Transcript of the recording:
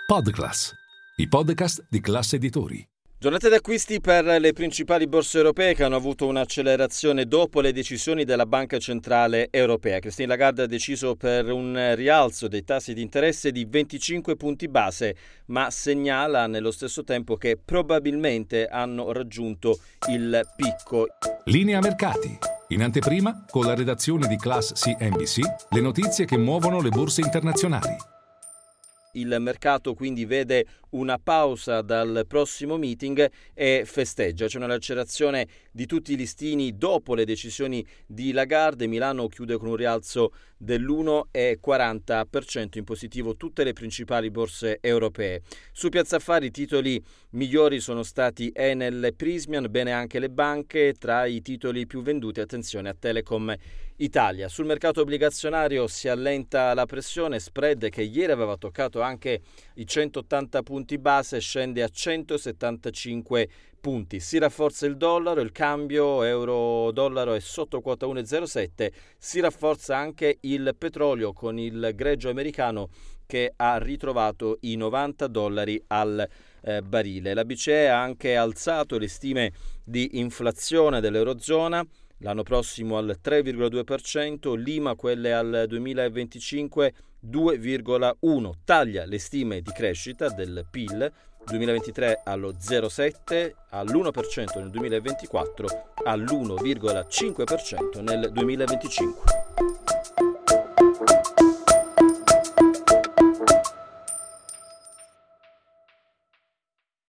Podclass, i podcast di Class Editori. Giornate d'acquisti per le principali borse europee che hanno avuto un'accelerazione dopo le decisioni della Banca Centrale Europea. Christine Lagarde ha deciso per un rialzo dei tassi di interesse di 25 punti base, ma segnala nello stesso tempo che probabilmente hanno raggiunto il picco. Linea mercati. In anteprima, con la redazione di Class CNBC, le notizie che muovono le borse internazionali. Il mercato quindi vede una pausa dal prossimo meeting e festeggia. C'è un'accelerazione di tutti i listini dopo le decisioni di Lagarde. Milano chiude con un rialzo dell'1,40% in positivo tutte le principali borse europee. Su Piazza Affari i titoli migliori sono stati Enel e Prysmian, bene anche le banche. Tra i titoli più venduti, attenzione a Telecom Italia. Sul mercato obbligazionario si allenta la pressione, spread che ieri aveva toccato anche i 180 punti base scende a 175 punti. Si rafforza il dollaro, il cambio euro-dollaro è sotto quota 1,07. Si rafforza anche il petrolio con il greggio americano che ha ritrovato i $90 al barile. La BCE ha anche alzato le stime di inflazione dell'Eurozona. L'anno prossimo al 3,2%, Lima quelle al 2025 2,1%, taglia le stime di crescita del PIL 2023 allo 0,7%, all'1% nel 2024, all'1,5% nel 2025.